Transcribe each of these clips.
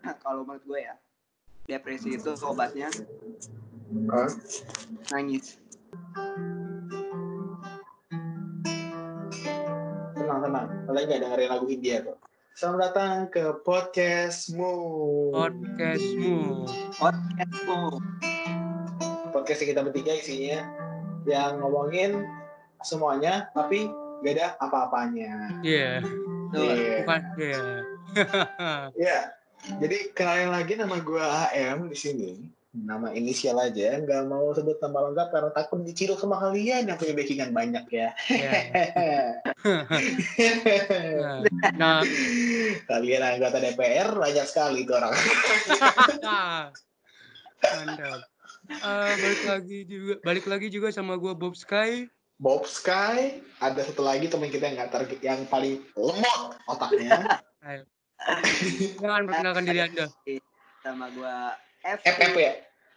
Kalau menurut gue ya, depresi itu obatnya nangis. Tenang. Kalian nggak dengerin lagu India kok. Selamat datang ke podcastmu. Podcast kita bertiga isinya yang ngomongin semuanya, tapi gak ada apa-apanya. Iya. Bukan. Iya. Jadi kenalin lagi, nama gue AM di sini. Nama inisial aja, nggak mau sebut nama lengkap karena takut diciduk sama kalian yang punya backingan banyak ya. Nah, kalian anggota DPR banyak sekali itu orang. Mantap. Balik lagi juga sama gue Bob Sky. Ada satu lagi teman kita yang nggak target, yang paling lemot otaknya. Jangan perkenalkan diri Anda. Sama gue FF ya.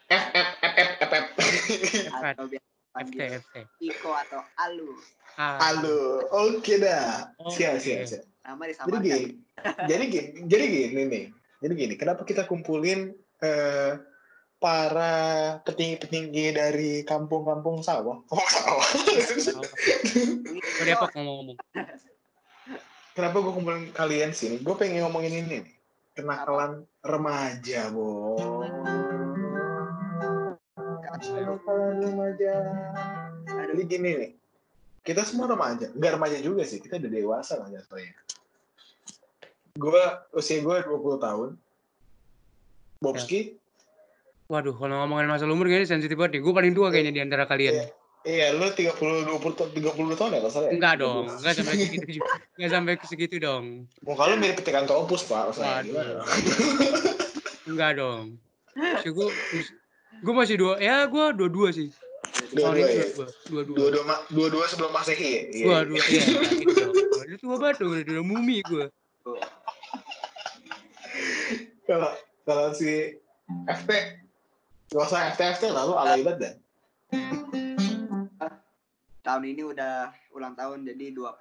Atau biasa panggil Iko atau Alu. Oke dah. Siap. Nama disamarkan. Jadi gini nih. Jadi gini, kenapa kita kumpulin para petinggi dari kampung sawah? Depok ngomong. Kenapa gue kumpulin kalian sini? Gue pengen ngomongin ini nih. Kenakalan remaja, Kenakalan remaja. Jadi gini nih. Kita semua remaja. Enggak remaja juga sih. Kita udah dewasa lah jatuhnya. Usia gue 20 tahun. Bobski? Waduh, kalau ngomongin masalah umur kayaknya sensitif banget nih. Gue paling tua kayaknya di antara kalian. Iya, lu 30 tahun ya, masalah ya? Enggak dong, enggak sampai segitu juga. Enggak sampai segitu dong. Muka lu mirip petikan topus, Pak. Gimana? Enggak dong. Gue masih gue 22 sih. Dua sebelum Masehi ya? Waduh, iya gitu. Itu tua banget dong, udah mumi gue. Kalau si FT, gak usah FT lalu alay banget dah. Tahun ini udah ulang tahun jadi 21.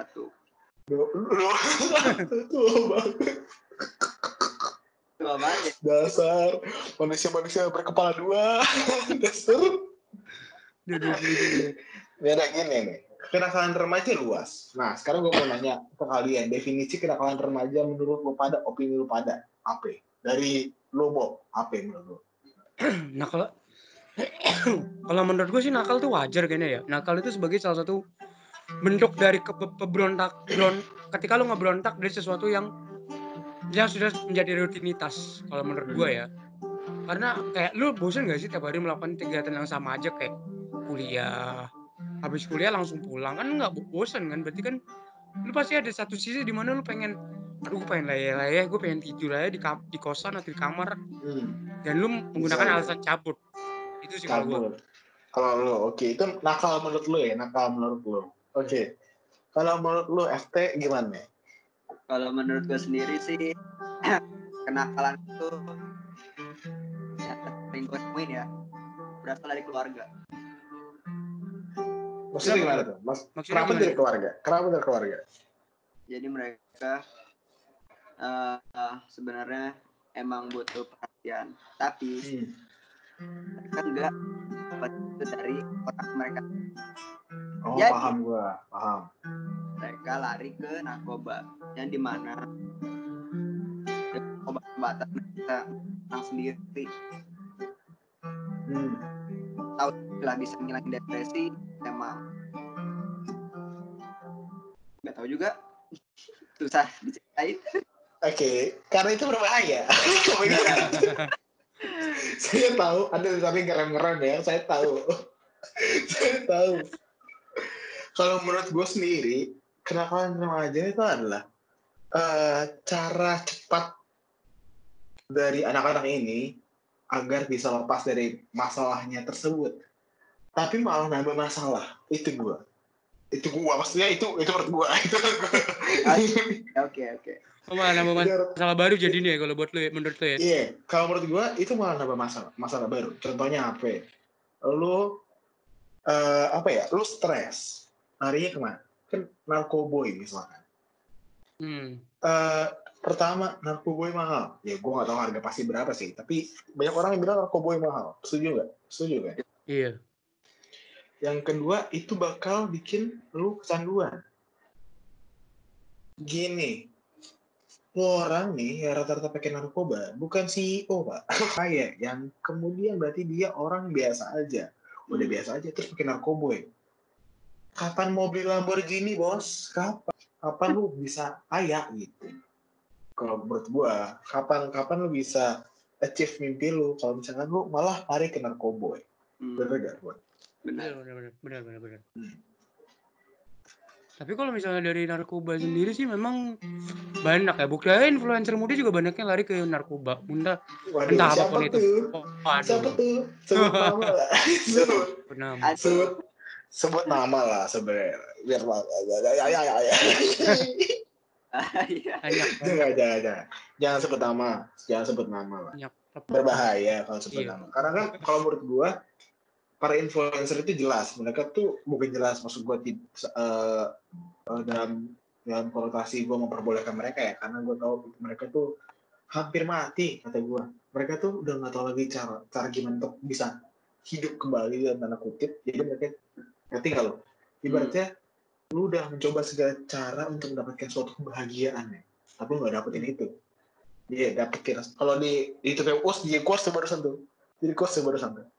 Tua banget. Dasar manusia berkepala dua. Dasar. Udah 22. Beda gini nih. Kenakalan remaja luas. Nah, sekarang gue mau nanya ke kalian, definisi kenakalan remaja menurut lo pada, opini lo pada, apa? Dari lo, Bob, apa menurut lo? Nakal. Kalau menurut gue sih nakal tuh wajar kayaknya ya. Nakal itu sebagai salah satu bentuk dari ketika lo ngeberontak dari sesuatu yang sudah menjadi rutinitas kalau menurut gue ya. Karena kayak lu bosan gak sih tiap hari melakukan kegiatan yang sama aja kayak kuliah, habis kuliah langsung pulang, kan nggak bosan kan? Berarti kan lu pasti ada satu sisi di mana lu pengen, aduh gue pengen layar, gue pengen tidur aja di kosan atau di kamar, dan lu menggunakan alasan cabut. Itu sih kalau gue. Kalau lu, oke, itu nakal menurut lu ya, Oke. Kalau menurut lu FT gimana? Kalau menurut gue sendiri sih kenakalan itu yang sering gue temuin ya berasal dari keluarga. Maksudnya gimana tuh? Kenapa dari keluarga? Jadi mereka sebenarnya emang butuh perhatian, tapi mereka enggak dapat itu dari orang mereka. Jadi, paham. Mereka lari ke narkoba, yang dimana obat-obatan mereka sendiri. Tahu lah bisa ngilangin depresi, emang nggak tahu juga, susah diceritain. Oke, karena itu berbahaya. Saya tahu, ada tapi ngerem ya, saya tahu. Kalau menurut gue sendiri, kenakalan remaja itu adalah cara cepat dari anak-anak ini agar bisa lepas dari masalahnya tersebut. Tapi malah nambah masalah. Itu gua maksudnya itu menurut gua. Oke. Malah nambah masalah baru jadi nih ya kalau buat lu ya, menurut lu ya. Iya, kalau menurut gua itu malah nambah masalah baru. Contohnya apa? Lu lu stres. Larinya kemana? Kan narkoboy misalkan. Pertama, narkoboy mahal. Ya gue gak tahu harga pasti berapa sih, tapi banyak orang yang bilang narkoboy mahal. Setuju nggak? Setuju kan? Iya. Yang kedua, itu bakal bikin lu kecanduan. Gini, lu orang nih ya rata-rata pakai narkoba, bukan CEO pak, kayak yang kemudian berarti dia orang biasa aja, udah biasa aja terus pakai narkoboy. Kapan mau beli Lamborghini bos? Kapan lu bisa kaya gitu? Kalau menurut gua, kapan lu bisa achieve mimpi lu? Kalau misalkan lu malah lari ke narkoboy, bener gak buat? Benar. Tapi kalau misalnya dari narkoba sendiri sih memang banyak ya. Buktinya influencer muda juga banyaknya lari ke narkoba. Entah Waduh, apapun siapa itu. tuh? Siapa tuh? Sebut nama lah. Sebut nama lah sebenarnya. Biar jangan sebut nama lah. Berbahaya kalau sebut nama. Karena kan kalau menurut gua para influencer itu jelas, mereka tuh bukan jelas maksud gua dalam konotasi gua memperbolehkan mereka ya, karena gua tahu mereka tuh hampir mati kata gua. Mereka tuh udah nggak tahu lagi cara gimana untuk bisa hidup kembali dalam tanda kutip. Jadi mereka ngerti nggak lo? Ibaratnya lu udah mencoba segala cara untuk mendapatkan suatu kebahagiaan ya, tapi lu nggak dapetin itu. Iya, dapetin. Kalau di YouTube jadi course barusan tuh. Jadi course barusan tuh.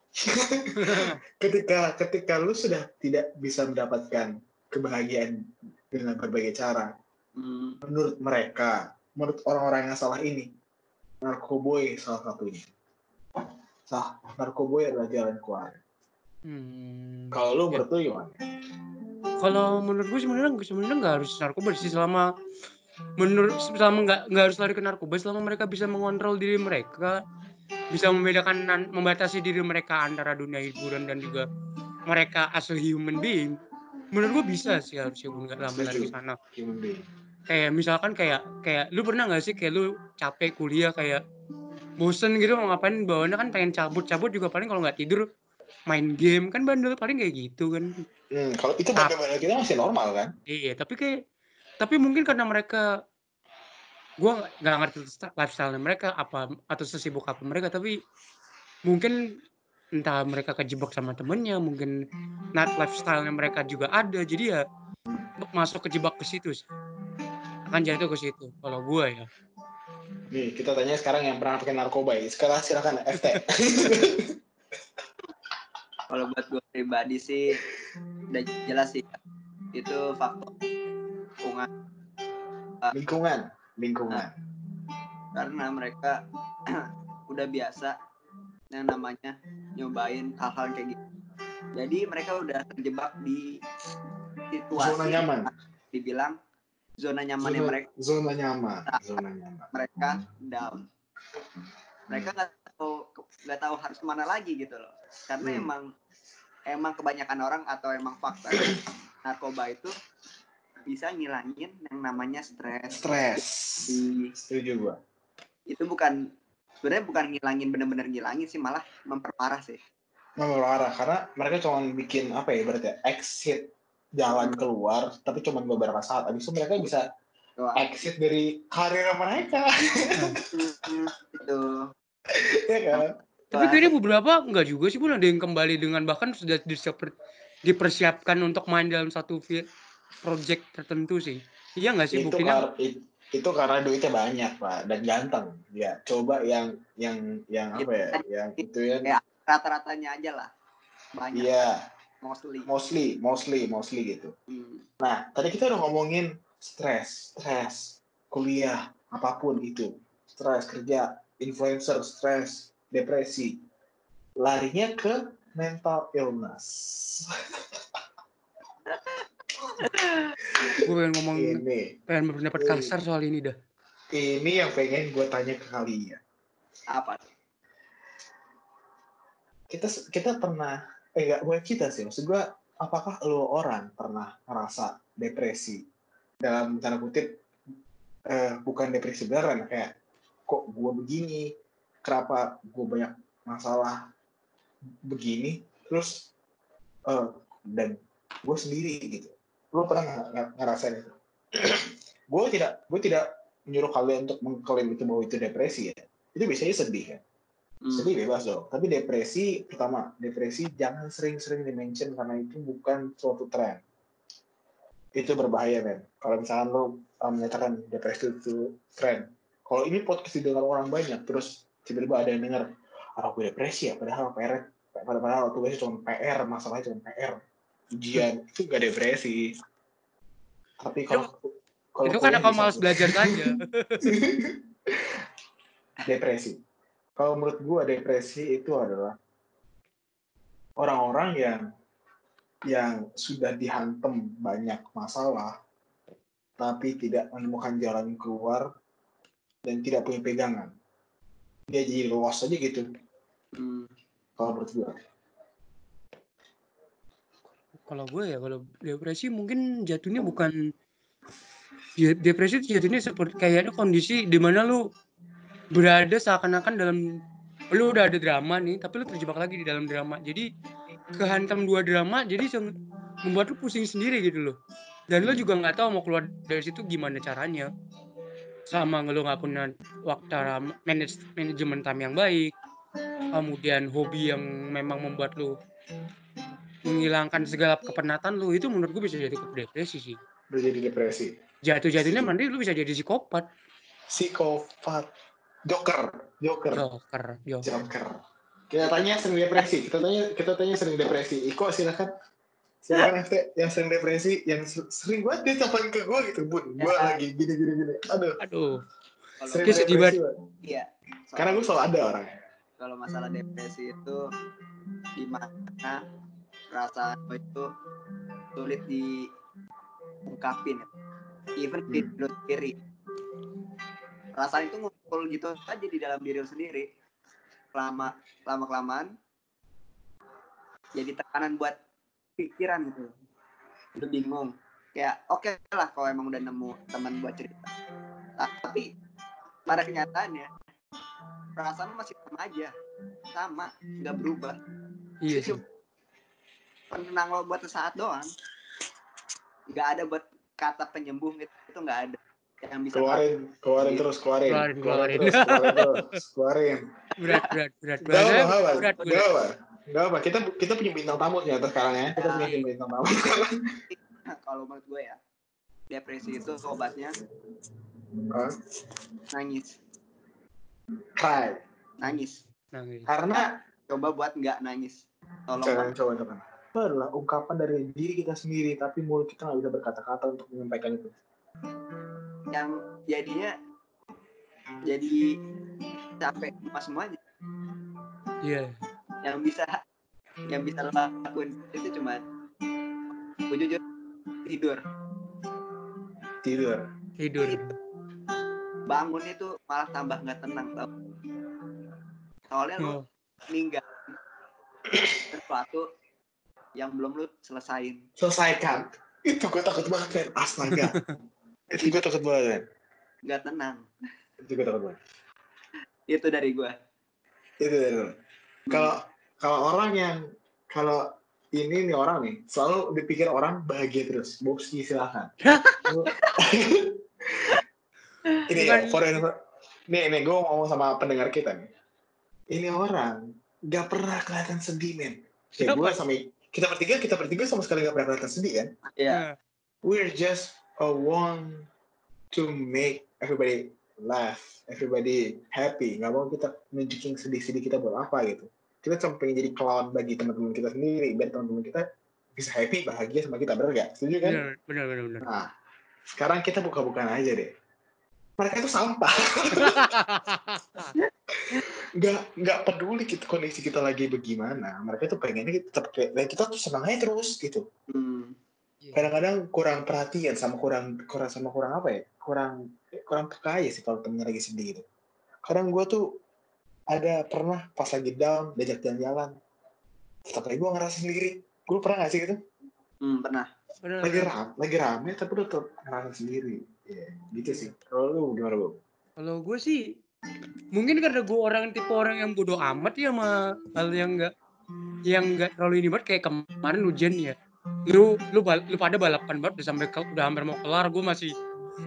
ketika lu sudah tidak bisa mendapatkan kebahagiaan dengan berbagai cara, menurut orang-orang yang salah ini, narkoboy salah satunya. Narkoboy adalah jalan keluar. Kalau lu menurut lu gimana? Kalau menurut gue sebenarnya nggak harus narkoba sih, selama nggak harus lari ke narkoba, selama mereka bisa mengontrol diri mereka, bisa membatasi diri mereka antara dunia hiburan dan juga mereka as a human being. Menurut gue bisa sih harusnya gue nggak sampai lari ke sana. Kayak misalkan kayak lu pernah nggak sih kayak lu capek kuliah kayak bosen gitu mau ngapain, bawaannya kan pengen cabut juga paling kalau nggak tidur main game kan, bandel paling kayak gitu kan. Kalau itu bandel-bandel kita masih normal kan? Iya, tapi mungkin karena mereka, gue nggak ngerti lifestyle mereka apa atau sesibuk apa mereka, tapi mungkin entah mereka kejebak sama temennya, mungkin lifestyle mereka juga ada, jadi ya masuk kejebak ke situ sih, akan jatuh ke situ kalau gue ya. Nih kita tanya sekarang yang pernah pakai narkoba ya. Sekarang silakan FT. Kalau buat gue pribadi sih udah jelas sih itu faktor lingkungan. Karena mereka udah biasa yang namanya nyobain hal-hal kayak gitu. Jadi mereka udah terjebak di situasi zona nyaman. Dibilang zona nyamannya mereka. Zona nyaman. Mereka down. Mereka nggak tahu harus kemana lagi gitu loh. Karena emang kebanyakan orang atau emang fakta narkoba itu bisa ngilangin yang namanya stres. Setuju gua. Itu sebenarnya bukan ngilangin, benar-benar ngilangin sih, malah memperparah sih. Karena mereka cuma bikin apa ya, berarti exit jalan keluar, tapi cuma beberapa saat. Abis itu mereka bisa exit dari karir mereka. Itu. Ya kan? Tapi kayaknya beberapa enggak juga sih, pun ada yang kembali dengan bahkan sudah dipersiapkan untuk main dalam satu project tertentu sih. Iya nggak sih buktinya? Itu karena duitnya banyak pak dan ganteng. Ya coba yang apa ya, yang itu ya. Kayak rata-ratanya aja lah. Banyak. Iya. Mostly gitu. Nah tadi kita udah ngomongin stres, kuliah, apapun itu, stres kerja, influencer, stres, depresi, larinya ke mental illness. Gue pengen berpendapat kasar soal ini dah. Ini yang pengen gue tanya ke kalian. Apa? Kita pernah, nggak buat kita sih, maksud gue, apakah lo orang pernah merasa depresi dalam tanda kutip, bukan depresi beneran, kayak kok gue begini, kenapa gue banyak masalah begini, terus dan gue sendiri gitu. Lo pernah ngerasain itu? Gue tidak menyuruh kalian untuk mengklaim itu bahwa itu depresi ya, itu biasanya sedih kan. Sedih bebas dong. Tapi depresi, pertama, depresi jangan sering-sering di-mention karena itu bukan suatu tren. Itu berbahaya, men. Kalau misalkan lo menyatakan depresi itu tren. Kalau ini podcast didengar orang banyak, terus tiba-tiba ada yang dengar, aku depresi ya, padahal tugasnya cuma PR, masalahnya cuma PR. Ujian, itu gak depresi. Tapi kalau itu karena kamu malas belajar saja. Depresi. Kalau menurut gue depresi itu adalah orang-orang yang sudah dihantam banyak masalah, tapi tidak menemukan jalan keluar dan tidak punya pegangan. Dia jadi lost aja gitu. Kalau menurut gue. Kalau depresi mungkin jatuhnya bukan depresi itu jatuhnya seperti kayaknya kondisi di mana lu berada seakan-akan lu udah ada drama nih, tapi lu terjebak lagi di dalam drama. Jadi kehantam dua drama, jadi membuat lu pusing sendiri gitu loh. Dan lu juga nggak tahu mau keluar dari situ gimana caranya. Sama lu nggak punya waktu manajemen time yang baik, kemudian hobi yang memang membuat lu menghilangkan segala kepenatan lu, itu menurut gue bisa jadi depresi sih. Jadi depresi. Jatuh-jatuhnya nanti lu bisa jadi psikopat. Joker. Kita tanya sering depresi. Iko silakan FT yang sering depresi, yang sering banget dia telepon ke gue gitu, Bun. Gue lagi gini. Aduh. Sering depresi, Bun. Iya. Karena gue selalu ada orangnya. Kalau masalah depresi itu gimana perasaan itu sulit diungkapin, even di diri sendiri. Perasaan itu ngumpul gitu aja di dalam diri sendiri. Lama-kelamaan jadi tekanan buat pikiran gitu. Lu bingung. Kayak oke lah kalau emang udah nemu teman buat cerita. Tapi pada kenyataannya perasaan masih sama, nggak berubah. Iya sih. Penenang lo buat sesaat doang. Nggak ada buat kata penyembuh itu nggak ada. Yang bisa keluarin terus. Keluarin. Berat. Enggak apa. Kita punya bintang tamu ternyata sekarang ya. Kita punya bintang tamu. Kalau menurut gue ya, depresi itu obatnya nangis. Cry. Nangis. Karena coba buat nggak nangis. Coba. Itu adalah ungkapan dari diri kita sendiri, tapi mulut kita nggak bisa berkata-kata untuk menyampaikan itu. Yang jadinya jadi capek semuanya. Iya. Yang bisa lo lakuin itu cuma jujur tidur. Bangun itu malah tambah nggak tenang tau. Soalnya lo ninggal sesuatu yang belum lo selesaikan. Itu gue takut banget kan, astaga. Itu gue takut banget. Nggak tenang. Itu gue takut banget. Itu dari gue. Kalau ini nih orang nih selalu dipikir orang bahagia terus. Boxy silakan. Ini ya, nih gue ngomong sama pendengar kita nih. Ini orang nggak pernah kelihatan sedih, men. Ya gue sama kita bertiga sama sekali nggak pernah kelihatan sedih kan? Iya. We're just want to make everybody laugh, everybody happy. Nggak mau kita nunjukin sedih-sedih kita buat apa gitu. Kita cuma pengen jadi clown bagi teman-teman kita sendiri, biar teman-teman kita bisa happy, bahagia sama kita, bener gak? Setuju kan? Bener. Nah, sekarang kita buka-bukaan aja deh. Mereka itu sampah. Nggak peduli kondisi kita lagi bagaimana. Mereka tuh pengennya kita tuh senang aja terus gitu. Kadang-kadang kurang perhatian sama kurang apa ya? Kurang peka aja sih kalau temennya lagi sedih gitu. Kadang gue tuh pernah pas lagi down diajak jalan-jalan, tapi gue ngerasa sendiri. Gue pernah nggak sih gitu? Pernah. Lagi rame tapi udah tetap ngerasa sendiri. Ya, gitu sih. Kalau lu gimana, Bu? Kalau gue sih mungkin karena gue tipe orang yang bodoh amat ya sama hal yang nggak terlalu ini banget. Kayak kemarin hujan ya. Lu pada balapan banget udah hampir mau kelar, gue masih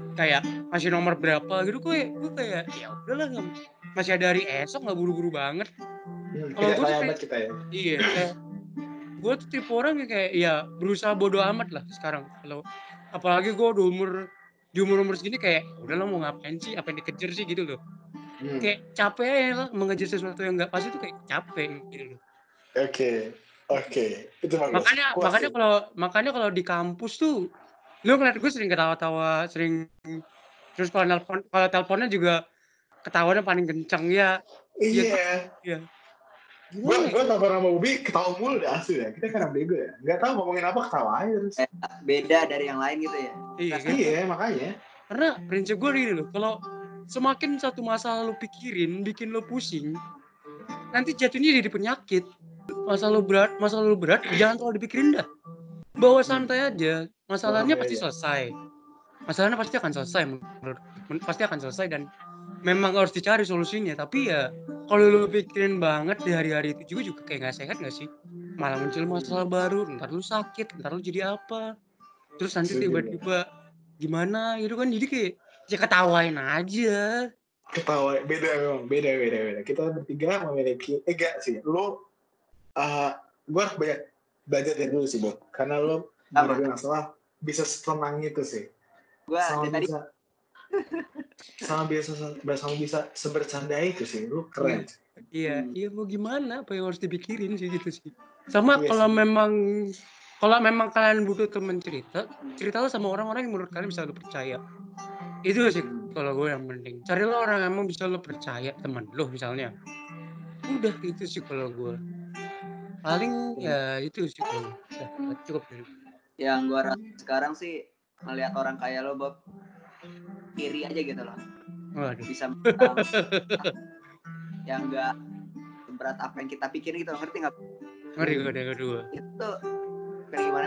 kayak masih nomor berapa gitu, gue kayak ya udahlah, masih ada hari esok, nggak buru-buru banget. Kalau Tidak gue tuh sayang banget kita ya. iya, kayak gue tuh tipe orang yang kayak ya berusaha bodo amat lah sekarang. Kalau apalagi gue di umur segini kayak udahlah, mau ngapain sih, apa yang dikejar sih gitu loh. Kayak capek aja lah mengejar sesuatu yang nggak pasti tuh, kayak capek gitu loh. Oke, itu bagus. Makanya kalau di kampus tuh lu ngeliat gue sering ketawa-tawa, terus kalau teleponnya juga ketawanya paling kenceng ya. Iya. Iya. Gue Gimana ya? telepon sama Bobi ketawa mulu deh asli ya. Kita kan bego ya. Nggak tahu ngomongin apa ketawa aja terus. Beda dari yang lain gitu ya. Iya makanya. Karena prinsip gue gini loh, kalau semakin satu masalah lu pikirin, bikin lu pusing, nanti jatuhnya jadi penyakit. Masalah lu berat, jangan terlalu dipikirin dah. Bawa santai aja, masalahnya pasti selesai. Masalahnya pasti akan selesai, pasti akan selesai, dan memang harus dicari solusinya. Tapi ya kalau lu pikirin banget di hari-hari itu juga kayak nggak sehat nggak sih? Malah muncul masalah baru, ntar lu sakit, ntar lu jadi apa, terus nanti tiba-tiba gimana gitu kan. Jadi kayak ya ketawain aja. Ketawa beda. Kita bertiga memiliki enggak sih. Lu gue harus banyak belajar dari dulu sih, Bob. Karena lu menghadapi masalah bisa setenang itu sih. Sama bisa sebercanda itu sih. Lu keren. Iya, mau gimana, apa yang harus dipikirin sih gitu sih. Sama kalau memang kalian butuh teman ceritalah sama orang-orang yang menurut kalian bisa lu percaya. Itu sih kalau gue yang penting. Carilah orang yang emang bisa lu percaya, teman lu misalnya. Udah itu sih kalau gue. Paling ya itu sih kalau cukup. Yang gue rasa sekarang sih melihat orang kayak lo, Bob, kiri aja gitu loh. Waduh. Bisa yang enggak berat apa yang kita pikirin gitu, ngerti nggak? Ngerti gue. Itu kayak gimana?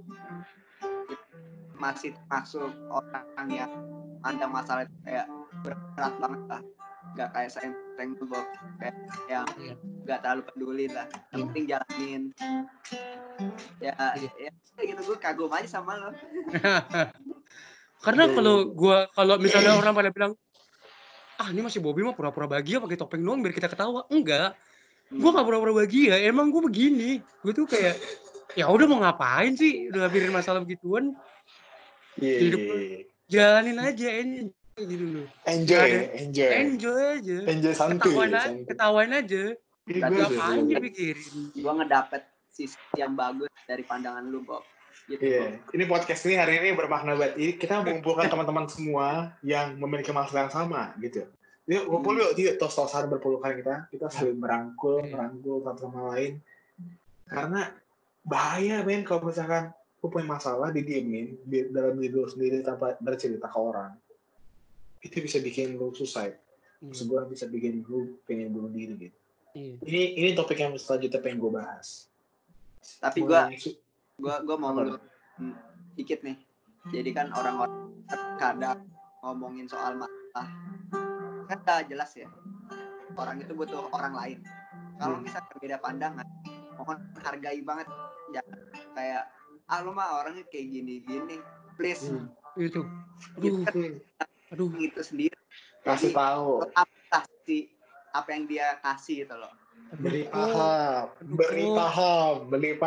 Masih masuk orang yang pandang masalah itu kayak berat banget lah, nggak kayak saya Bob, kayak yang nggak terlalu peduli lah, yang penting jalanin. Ya gitu, gue kagum aja sama lo. Karena kalau misalnya orang pada bilang, ini masih Bobby mah pura-pura bahagia pakai topeng doang biar kita ketawa. Enggak, gue nggak pura-pura bahagia, emang gue begini. Gue tuh kayak ya udah, mau ngapain sih udah pikirin masalah begituan. Hidup jalanin aja gitu loh. Enjoy aja. Ketawain aja. Ngapain dipikirin? Gue ngedapet sisi yang bagus dari pandangan lu, Bob. Gitu. Ini podcast ini hari ini bermakna banget. Ini kita mengumpulkan teman-teman semua yang memiliki masalah yang sama gitu. Yuk ngumpul yuk, tos-tosan berpelukan kita saling merangkul satu sama lain. Karena bahaya men kalau misalkan lu punya masalah didiemin dalam diri lu sendiri tanpa bercerita ke orang. Itu bisa bikin lu suicide. Sebuah bisa bikin lu pengen bunuh diri gitu. Ini topik yang selanjutnya pengen gue bahas. Tapi gue mau dikit nih. Jadi kan orang-orang kadang ngomongin soal masalah kan gak jelas ya. Orang itu butuh orang lain. Kalau misalnya beda pandangan, mohon hargai banget. Jangan kayak lu mah orangnya kayak gini-gini. Please. Itu. Aduh. Itu sendiri. Kasih tahu. Apa yang dia kasih gitu loh. Beri paham.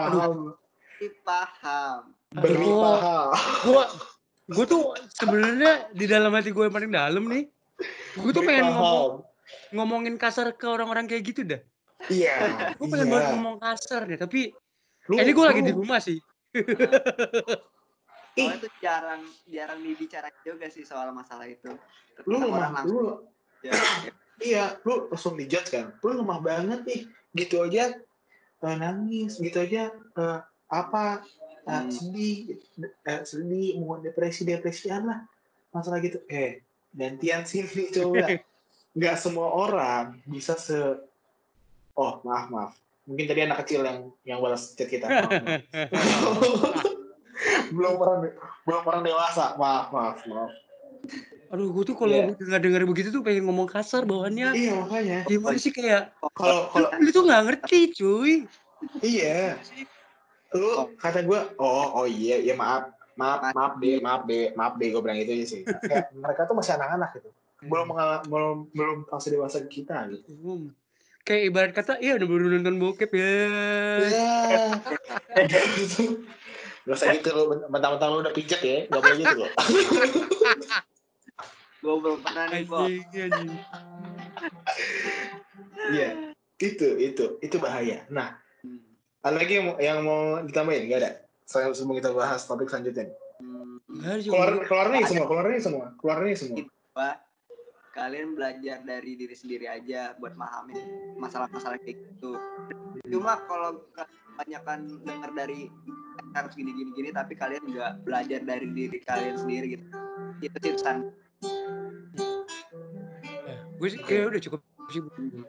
Gue tuh sebenarnya di dalam hati gue yang paling dalam nih, gue tuh pengen ngomongin kasar ke orang-orang kayak gitu dah. Iya. Gue pengen banget ngomong kasar deh, tapi ini gue lagi di rumah sih. Soalnya tuh jarang dibicarain juga sih soal masalah itu. Lu langsung dijudge kan. Lu lemah banget nih. Gitu aja nangis, gitu aja sedih, mau depresian lah. Masalah gitu. Gantian sini coba. Nggak semua orang bisa maaf. Mungkin tadi anak kecil yang balas chat kita. belum orang dewasa. Maaf. Aduh, gue tuh kalau denger begitu tuh pengen ngomong kasar bawaannya. Iya, makanya. Gimana sih kayak kalau lu tuh nggak ngerti, cuy. Iya. Lu kata gue, oh iya maaf. Maaf deh, gue bilang itu aja sih. Kayak mereka tuh masih anak-anak gitu. Belum fase dewasa kita gitu. Kayak ibarat kata, iya udah baru nonton bokep ya. Gak usah gitu lo, mentang-mentang lo udah pijat ya, gak boleh gitu lo. Gue belum pernah nih kok. Anjing. Iya, itu bahaya. Nah, ada lagi yang mau ditambahin? Gak ada? Sebelum kita bahas topik selanjutnya. Keluarnya semua. Gitu, kalian belajar dari diri sendiri aja buat memahami masalah-masalah kayak gitu. Cuma kalau kebanyakan dengar dari harus gini, tapi kalian nggak belajar dari diri kalian sendiri gitu. Itu sih pesan. Gue sih kayak udah cukup sih.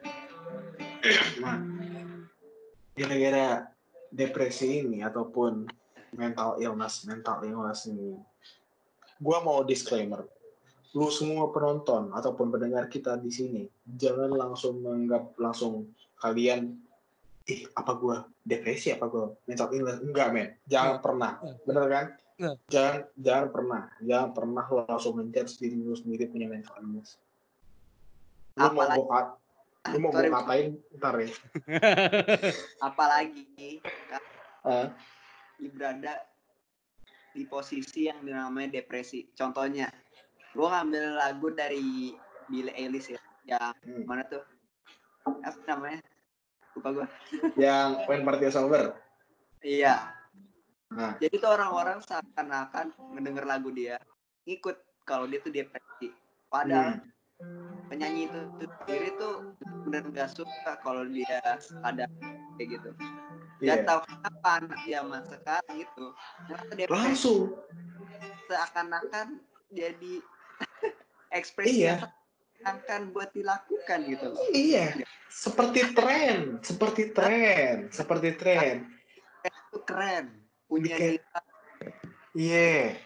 Nah, gara-gara depresi ini ataupun mental illness ini, gue mau disclaimer, lu semua penonton ataupun pendengar kita di sini jangan langsung menganggap kalian apa gue depresi, apa gue mental illness, enggak men, jangan pernah, bener kan? Jangan pernah lo langsung menjudge diri lu sendiri punya mental illness. Lu mau gue katain ntar ya. Apalagi berada di posisi yang dinamanya depresi. Contohnya, gue ngambil lagu dari Billie Eilish ya, yang mana tuh? Apa namanya? Lupa gue. Yang When Party Is Over. Iya. Nah. Jadi tuh orang-orang seakan-akan mendengar lagu dia, ikut kalau dia tuh depresi. Padahal penyanyi itu sendiri tuh benar gak suka kalau dia ada kayak gitu. Gak tahu kapan zaman sekarang itu langsung seakan-akan jadi ekspresi yang akan buat dilakukan gitu loh. Iya, seperti tren. Itu keren, punya kita. Iya.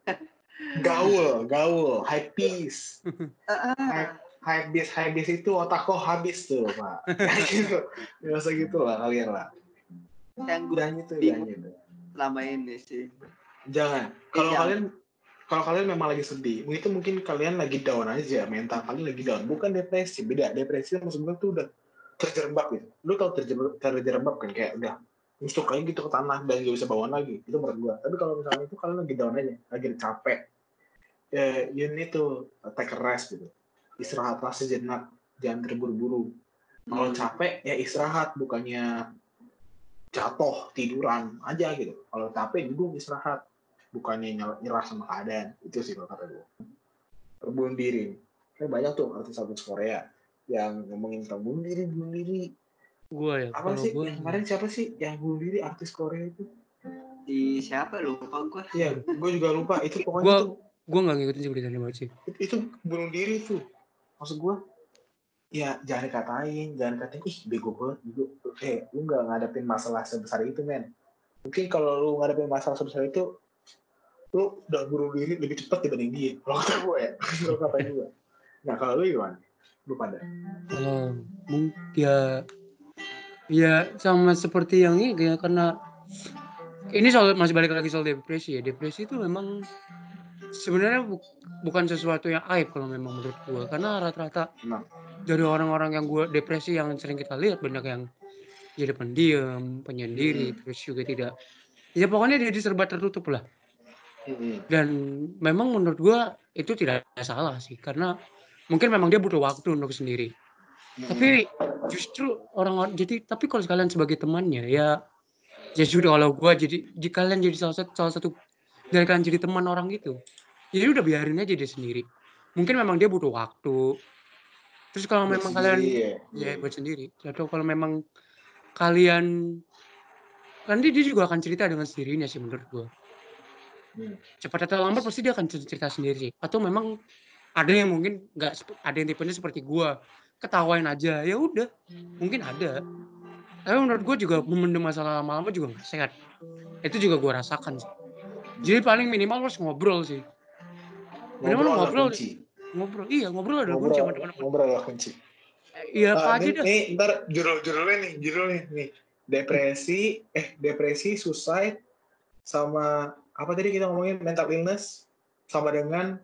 Gaul, high piece. High beast itu otak kok habis tuh, Pak. Biasa gitu lah kalian lah. Yang gue jangan. Selama ini sih. Jangan. Kalau kalian memang lagi sedih, itu mungkin kalian lagi down aja, mental kalian lagi down, bukan depresi. Beda. Depresi maksud gue tuh udah terjerembab gitu. Lu tau terjerembab kan, kayak udah nusuk aja gitu ke tanah dan gak bisa bawaan lagi. Itu menurut gue. Tapi kalau misalnya itu kalian lagi down aja, lagi capek, you need to take a rest gitu. Istirahatlah sejenak, jangan terburu-buru. Kalau capek ya istirahat, bukannya jatuh tiduran aja gitu. Kalau capek duduk istirahat, bukannya nyerah sama keadaan. Itu sih kalau kata gue. Bunuh diri. Kan banyak tuh artis Korea yang ngomongin tentang bunuh diri. Gue ya. Apa sih? Kemarin siapa sih yang bunuh diri artis Korea itu? Di siapa lupa gue? Iya, gue juga lupa. Itu pokoknya gue nggak ngikutin sih beritanya banget sih. Itu bunuh diri tuh. Maksud gue, ya jangan katain, ih bego banget gitu. Lu nggak ngadepin masalah sebesar itu, men. Mungkin kalau lu ngadepin masalah sebesar itu, lu udah bunuh diri lebih cepat dibanding dia. Kalau kata gue ya, kalau kata gue. Nah kalau lu gimana? Lu pada? Kalau ya sama seperti yang ini kayak, karena ini masih balik lagi soal depresi ya. Depresi itu memang sebenarnya bukan sesuatu yang aib kalau memang menurut gue, karena rata-rata dari orang-orang yang gue depresi yang sering kita lihat banyak yang jadi pendiam, penyendiri, terus juga tidak, ya pokoknya dia serba tertutup lah. Dan memang menurut gue itu tidak salah sih, karena mungkin memang dia butuh waktu untuk sendiri. Tapi justru tapi kalau kalian sebagai temannya ya sudah, kalau gue jadi kalian jadi salah satu dari kalian jadi teman orang itu, jadi udah biarin aja dia sendiri. Mungkin memang dia butuh waktu. Terus kalau memang kalian buat sendiri, atau kalau memang kalian, nanti dia juga akan cerita dengan sendirinya sih menurut gue. Cepat atau lambat pasti dia akan cerita sendiri sih. Atau memang ada yang mungkin nggak, ada yang tipenya seperti gue, ketawain aja, ya udah, mungkin ada. Tapi menurut gue juga memendam masalah lama-lama juga nggak sehat. Itu juga gue rasakan sih. Jadi paling minimal harus ngobrol sih. Minimal ngobrol. Iya, ngobrol adalah kunci sama teman-teman. Ngobrol adalah kunci. Iya, apa aja dah. Nih, ntar judulnya nih. Depresi, suicide, sama apa tadi kita ngomongin mental illness sama dengan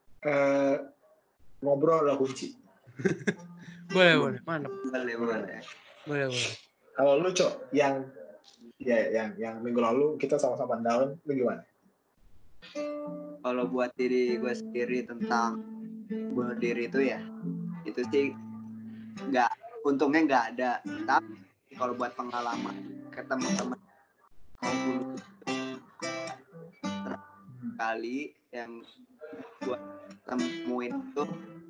ngobrol adalah kunci. Boleh, mantap. Boleh. Boleh. Kalau lu Cok, yang minggu lalu kita sama-sama down, lu gimana? Kalau buat diri gue sendiri tentang bunuh diri itu ya, itu sih untungnya nggak ada. Tapi kalau buat pengalaman ke teman-teman mau bunuh kali yang gue temuin itu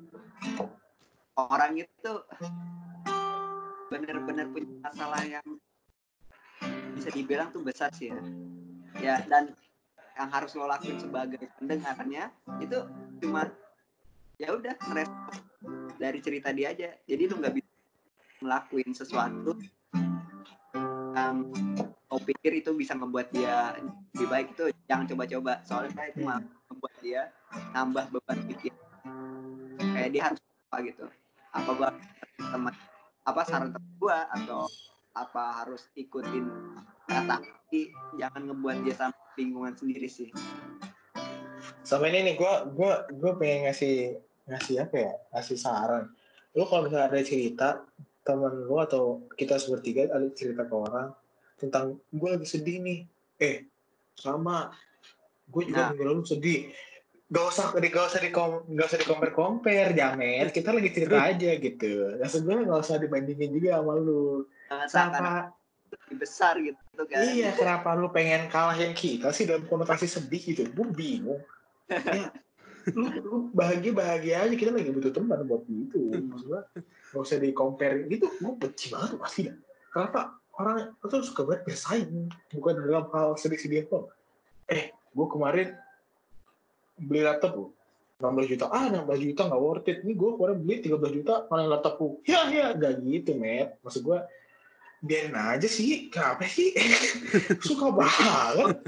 orang itu benar-benar punya masalah yang bisa dibilang tuh besar sih ya, dan yang harus lo lakuin sebagai pendengarnya itu cuma ya udah respon dari cerita dia aja. Jadi lo nggak bisa ngelakuin sesuatu yang lo pikir itu bisa membuat dia lebih baik, itu jangan coba-coba, soalnya itu malah membuat dia nambah beban pikir, kayak dia harus apa gitu, apa gua teman apa saran teman gua atau apa harus ikutin kata, tapi jangan ngebuat dia sampai bingungan sendiri sih. Sama ini nih gue pengen ngasih apa ya, ngasih saran. Lu kalau misalnya ada cerita teman lu atau kita bertiga ada cerita ke orang tentang gue lagi sedih nih, sama gue juga minggu lalu sedih, gak usah di compare jamet, kita lagi cerita aja gitu. Maksud gue gak usah dibandingin juga sama lu. Kenapa lebih besar gitu kan? Iya, kenapa lu pengen kalahin kita sih dalam konotasi sedih gitu? Gue bingung. Ya, lu bahagia aja, kita lagi butuh teman buat gitu. Maksudnya gak usah di compare gitu. Gue benci banget pasti. Kenapa orang itu suka banget bersaing, bukan dalam hal sedih-sedih kok. Gue kemarin beli laptop lu 16 juta, 16 juta gak worth it. Ini gue kemarin beli 13 juta malah laptop lu. Ya gak gitu, Matt. Maksud gue biarin aja sih, kenapa sih? Suka banget.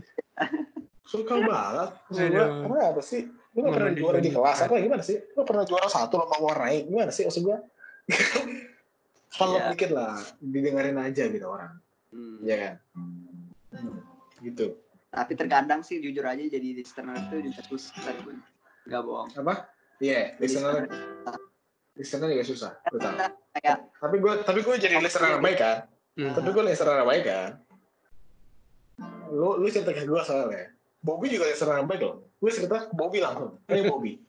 Maksud gue, apa sih? Lu gak pernah juara di kelas, apa gimana sih? Lu pernah juara 1 lomba warnai, gimana sih? Maksud gue follow dikit lah, didengerin aja gitu orang. Iya kan? Gitu. Tapi terkadang sih jujur aja jadi listener itu juga susah, gak bohong. Apa? Iya, listener juga susah, betul. Tapi gue jadi listener yang baik kan? Tapi gue listener yang baik kan? Lu cerita ke gue soalnya. Bobby juga listener yang baik loh. Gue cerita ke Bobby langsung. Bobby.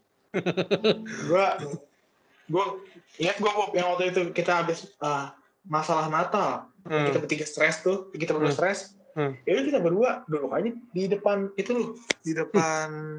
Gue ingat gue Bob yang waktu itu kita habis masalah Natal. Kita bertiga stres tuh, kita berdua stres. Itu kita berdua duduk aja di depan itu loh, di depan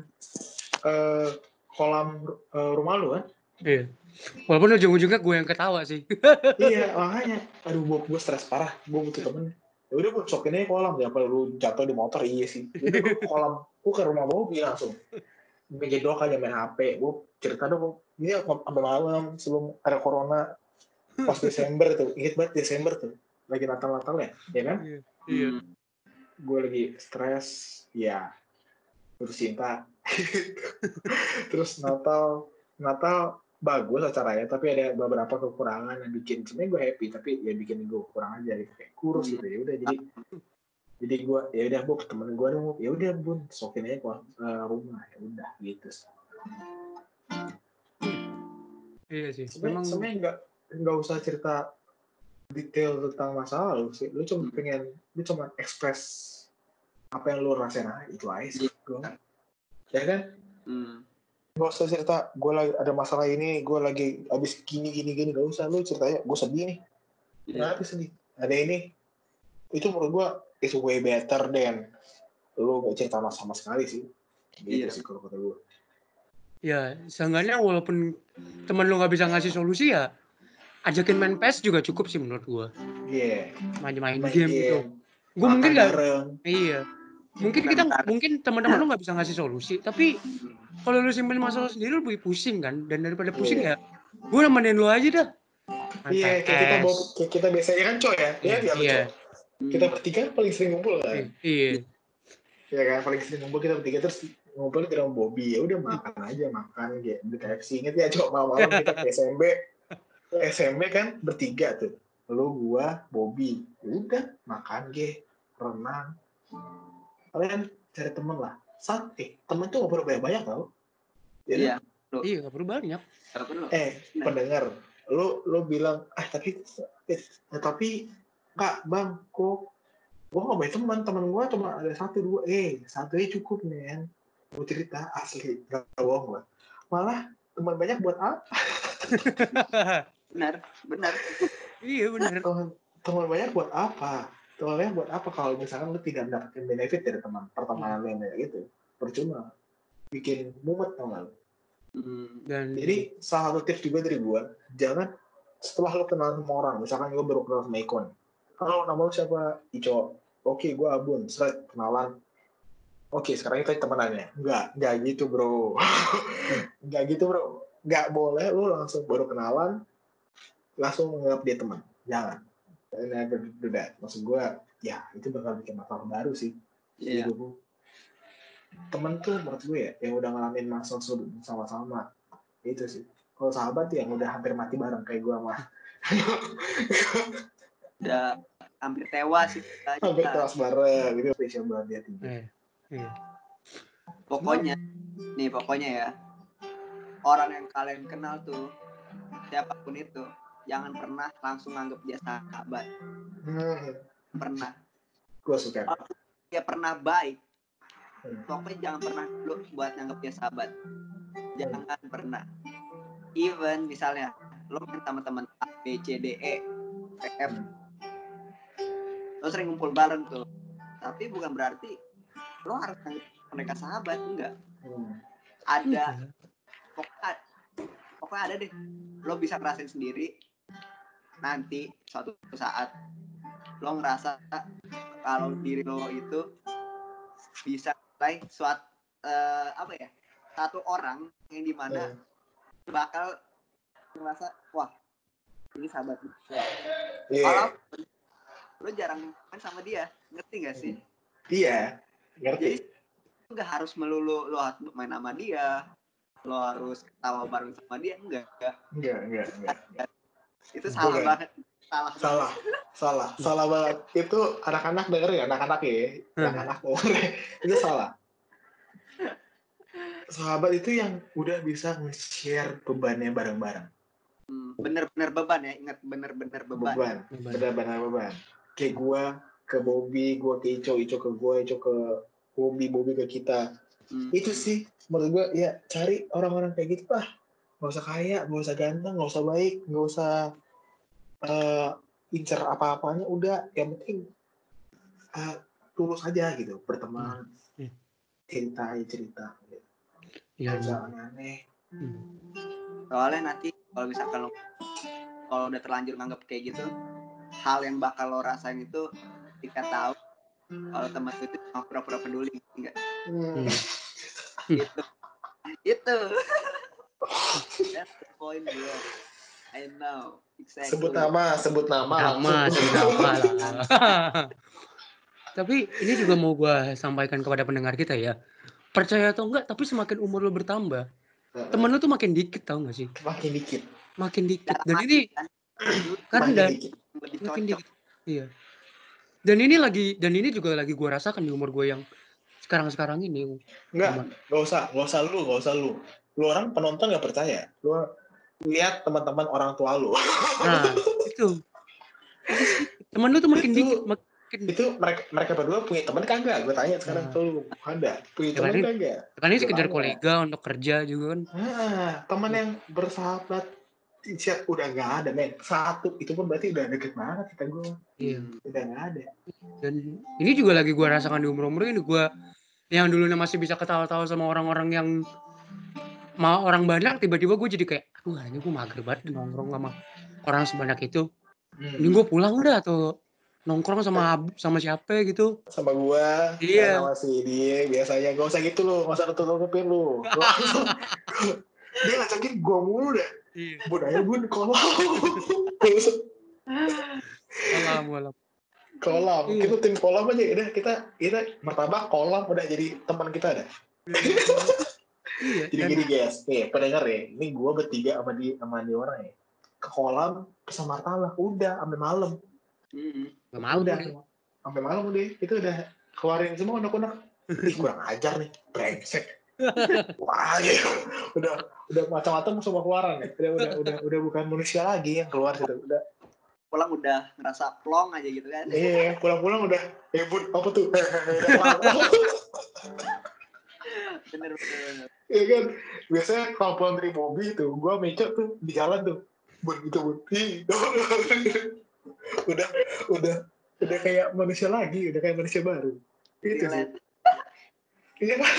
kolam rumah lu kan. Iya. Walaupun ujung-ujungnya gue yang ketawa sih. Iya, makanya. Aduh, gue stres parah. Gue butuh temen. Ya udah gue sokin aja kolam. Ya apa lu jatuh di motor, iya sih. Udah gue ke kolam. Gue ke rumah Bobby langsung. Meja doang aja main HP. Gue cerita dong. Ini sampai malam sebelum ada corona. Pas Desember tuh. Ingat banget Desember tuh. Lagi Natal ya. Ya kan? Iya. Gue lagi stres. Ya. Terus cinta. Terus Natal bagus acaranya, tapi ada beberapa kekurangan yang bikin sebenarnya gue happy, tapi ya bikin gue kurang aja gitu, kayak kurus gitu. Ya udah jadi gue ya udah bu temen gue dong, ya udah bun sokin aja ke rumah, ya udah gitu. Iya sih. Sebenarnya nggak usah cerita detail tentang masalah lu sih, lu cuma ekspres apa yang lu rasain aja, itu aja sih. Ya kan? Gak usah cerita gue lagi ada masalah ini, gue lagi abis gini gak usah. Lu ceritanya gue sedih nih, kenapa sedih, ada ini itu. Menurut gue it's way better than lu gak cerita sama sekali sih gitu. Sih kalau kata gue. Ya seenggaknya walaupun teman lu gak bisa ngasih solusi, ya ajakin main PS juga cukup sih menurut gue. Iya, main game gitu. Gue mungkin gak mungkin teman-teman lu gak bisa ngasih solusi, tapi kalau lu simpen masalah sendiri lu lebih pusing kan, dan daripada pusing ya gue nemenin lu aja dah. Iya, kayak kita biasanya kan coy ya. Iya. Kita bertiga paling sering ngumpul kan. Iya kan, paling sering ngumpul kita bertiga, terus ngumpul di rumah Bobby. Ya udah makan gitu, di KFC. Ingat ya coba malam-malam kita ke SMB kan bertiga tuh, lu gua Bobby. Ya udah makan renang. Kalian cari temen lah, temen tuh gak perlu banyak tau. Iya. Iya, nggak perlu banyak. Pendengar, lu bilang, tapi Kak, Bang, kok gue gak banyak teman gue cuma ada 1-2, 1 aja cukup men. Gue cerita asli, gak bohong gue. Malah teman banyak buat apa? Benar. Iya benar. Teman banyak buat apa? Teman banyak buat apa kalau misalkan lu tidak mendapatkan benefit dari teman pertemanan yang kayak gitu? Percuma. Bikin mumet tau gak lu? Dan Jadi salah satu tips juga dari gue, jangan setelah lu kenal sama orang, misalkan gue baru kenal sama Ikon. Kalau nama lu siapa? Ico. Oke, gue Abun. Seret, kenalan. Oke, sekarang kita temenannya. Enggak gitu bro. Enggak gitu bro. Enggak boleh lu langsung baru kenalan, langsung menganggap dia teman. Jangan. Never do that. Maksud gue, ya itu bakal bikin masalah baru sih. Iya. Temen tuh menurut gue ya, yang udah ngalamin masa sama-sama. Itu sih. Kalau sahabat yang udah hampir mati bareng kayak gue mah. Udah hampir tewas sih. Hampir tewas bareng. Itu spesial banget ya. Iya. Pokoknya ya, orang yang kalian kenal tuh, siapapun itu, jangan pernah langsung anggap dia sahabat. Pernah. Gue suka. Dia pernah baik, pokoknya jangan pernah lu buat anggap dia sahabat. Jangan pernah. Even misalnya lo main sama teman A, B, C, D, E, F, lo sering ngumpul bareng tuh, tapi bukan berarti lo harus anggap mereka sahabat, enggak. Ada pokoknya ada deh, lo bisa ngerasain sendiri. Nanti suatu saat lo ngerasa kalau diri lo itu bisa mulai satu orang yang dimana bakal ngerasa wah ini sahabat gue. Kalau lo jarang main sama dia, ngerti gak sih? Iya, ngerti. Jadi nggak harus melulu lo harus main sama dia, lo harus ketawa bareng sama dia, enggak. Itu salah banget. Salah banget. Itu anak-anak denger ya, anak-anak denger. Itu salah. Sahabat itu yang udah bisa nge-share bebannya bareng-bareng. Bener-bener beban ya, ingat bener-bener beban. Bener-bener beban. Kayak gue ke Bobby, gue ke Ico ke gue, Ico ke Bobby ke kita. Itu sih menurut gue ya, cari orang-orang kayak gitu lah. Gak usah kaya, gak usah ganteng, gak usah baik, gak usah incer apa-apanya, udah yang penting tulus aja gitu, berteman, cerita gitu. Jangan aneh. Soalnya nanti kalau misalkan kalau udah terlanjur nganggap kayak gitu, hal yang bakal lo rasain itu ketika tahu kalau teman itu cuma pura-pura peduli, enggak? Itu. That's the point, bro. I know. Exactly. Sebut nama lah. Tapi ini juga mau gue sampaikan kepada pendengar kita ya. Percaya atau enggak, tapi semakin umur lo bertambah, temen lo tuh makin dikit, tau gak sih? Makin dikit. Dan ini makin dikit. Iya. Dan ini juga lagi gue rasakan di umur gue yang sekarang ini. Enggak usah lu. Lu orang penonton gak percaya. Lu lihat teman-teman orang tua lu. Nah, itu. Temen lu tuh makin dikit. Itu mereka berdua punya teman kagak? Gue tanya sekarang tuh, ada punya teman kagak? Kan ini sekedar kolega untuk kerja juga kan. Teman yang bersahabat siap udah nggak ada, men. Satu itu pun berarti udah deket banget kita gue. Iya. Udah nggak ada. Dan ini juga lagi gue rasakan di umur ini, gue yang dulunya masih bisa ketawa-tawa sama orang-orang yang mau orang banyak, tiba-tiba gue jadi kayak, aduh ini gue mager banget nongkrong sama orang sebanyak itu. Ini gue pulang udah atau nongkrong sama siapa gitu. Sama gue, sama si dia biasanya. Gak usah gitu lo, gak usah tutupin lo. Dia ngajakin gue mulu deh. Budaya bun kolam. Kolam. Kita tim kolam aja. Udah kita martabak kolam udah jadi teman kita dah. Iya. Jadi gini guys, nih pendengar ya. Ini gue bertiga sama dia orang ya. Ke kolam pesan martabak udah sampai malam. Sampai malam udah. Itu udah keluarin semua unek-unek. Ih kurang ajar nih, brengsek. Wah, gitu. udah macam-macam semua keluaran ya. Udah bukan manusia lagi yang keluar situ. Udah. Pulang udah ngerasa plong aja gitu kan. Iya, pulang-pulang udah bud apa tuh? Udah kelar. Bener. Iya kan, biasanya kalau pulang dari mobil tuh, gue meco tuh di jalan tuh, bun gitu bun, udah kayak manusia lagi, udah kayak manusia baru, itu sih, iya kan,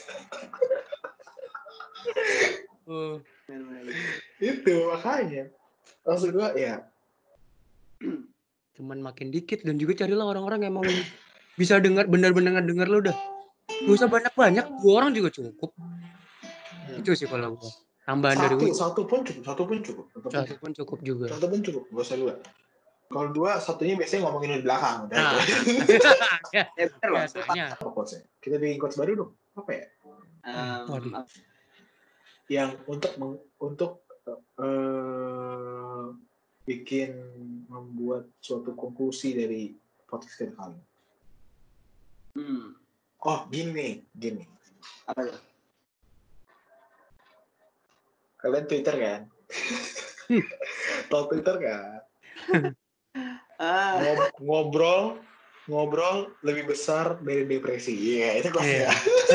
itu makanya, maksud gue ya, cuman makin dikit dan juga carilah orang-orang yang emang bisa dengar benar-benar dengar lo dah. Gak usah banyak-banyak, 2 orang juga cukup. Itu sih kalau gua. Tambahan dari gua. satu pun cukup. Satu pun cukup juga. Satu pun cukup, gak usah 2. Kalau 2, satunya biasanya ngomongin di belakang. Nah, Ya bener loh. biasanya. Apa quotes-nya? Kita bikin quotes baru dong. Apa ya? Waduh. Yang untuk bikin membuat suatu konklusi dari podcast kita kali. Oh, gini. Apa ya? Kalian Twitter kan? Tahu Twitter kan? Ngobrol lebih besar dari depresi. Iya, itu kelasnya.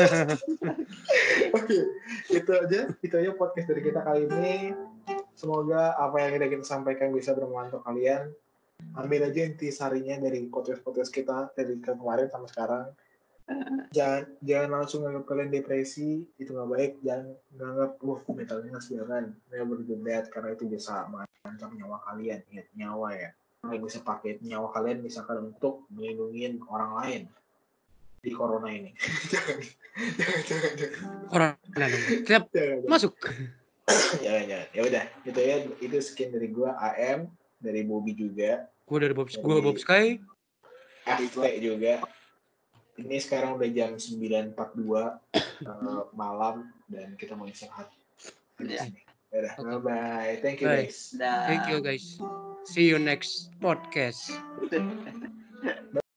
Oke, itu aja podcast dari kita kali ini. Semoga apa yang kita sampaikan bisa bermanfaat untuk kalian. Ambil aja intisarinya dari podcast kita dari kemarin sampai sekarang. Jangan langsung nganggap kalian depresi, itu nggak baik. Jangan nganggap mental illness, jangan never do that, karena itu bisa mengancam nyawa kalian. Ingat, nyawa ya. Kalian bisa pakai nyawa kalian misalkan untuk melindungi orang lain di corona ini. jangan. Corona dong. Siap. Masuk. Jangan. Ya udah, itu sekian dari gua AM, dari Bobby juga. Gua dari Bob Sky. FT juga. Ini sekarang udah jam 9.42 malam dan kita mau istirahat. Ya. Udah, bye. Thank you guys. Thank you guys. See you next podcast.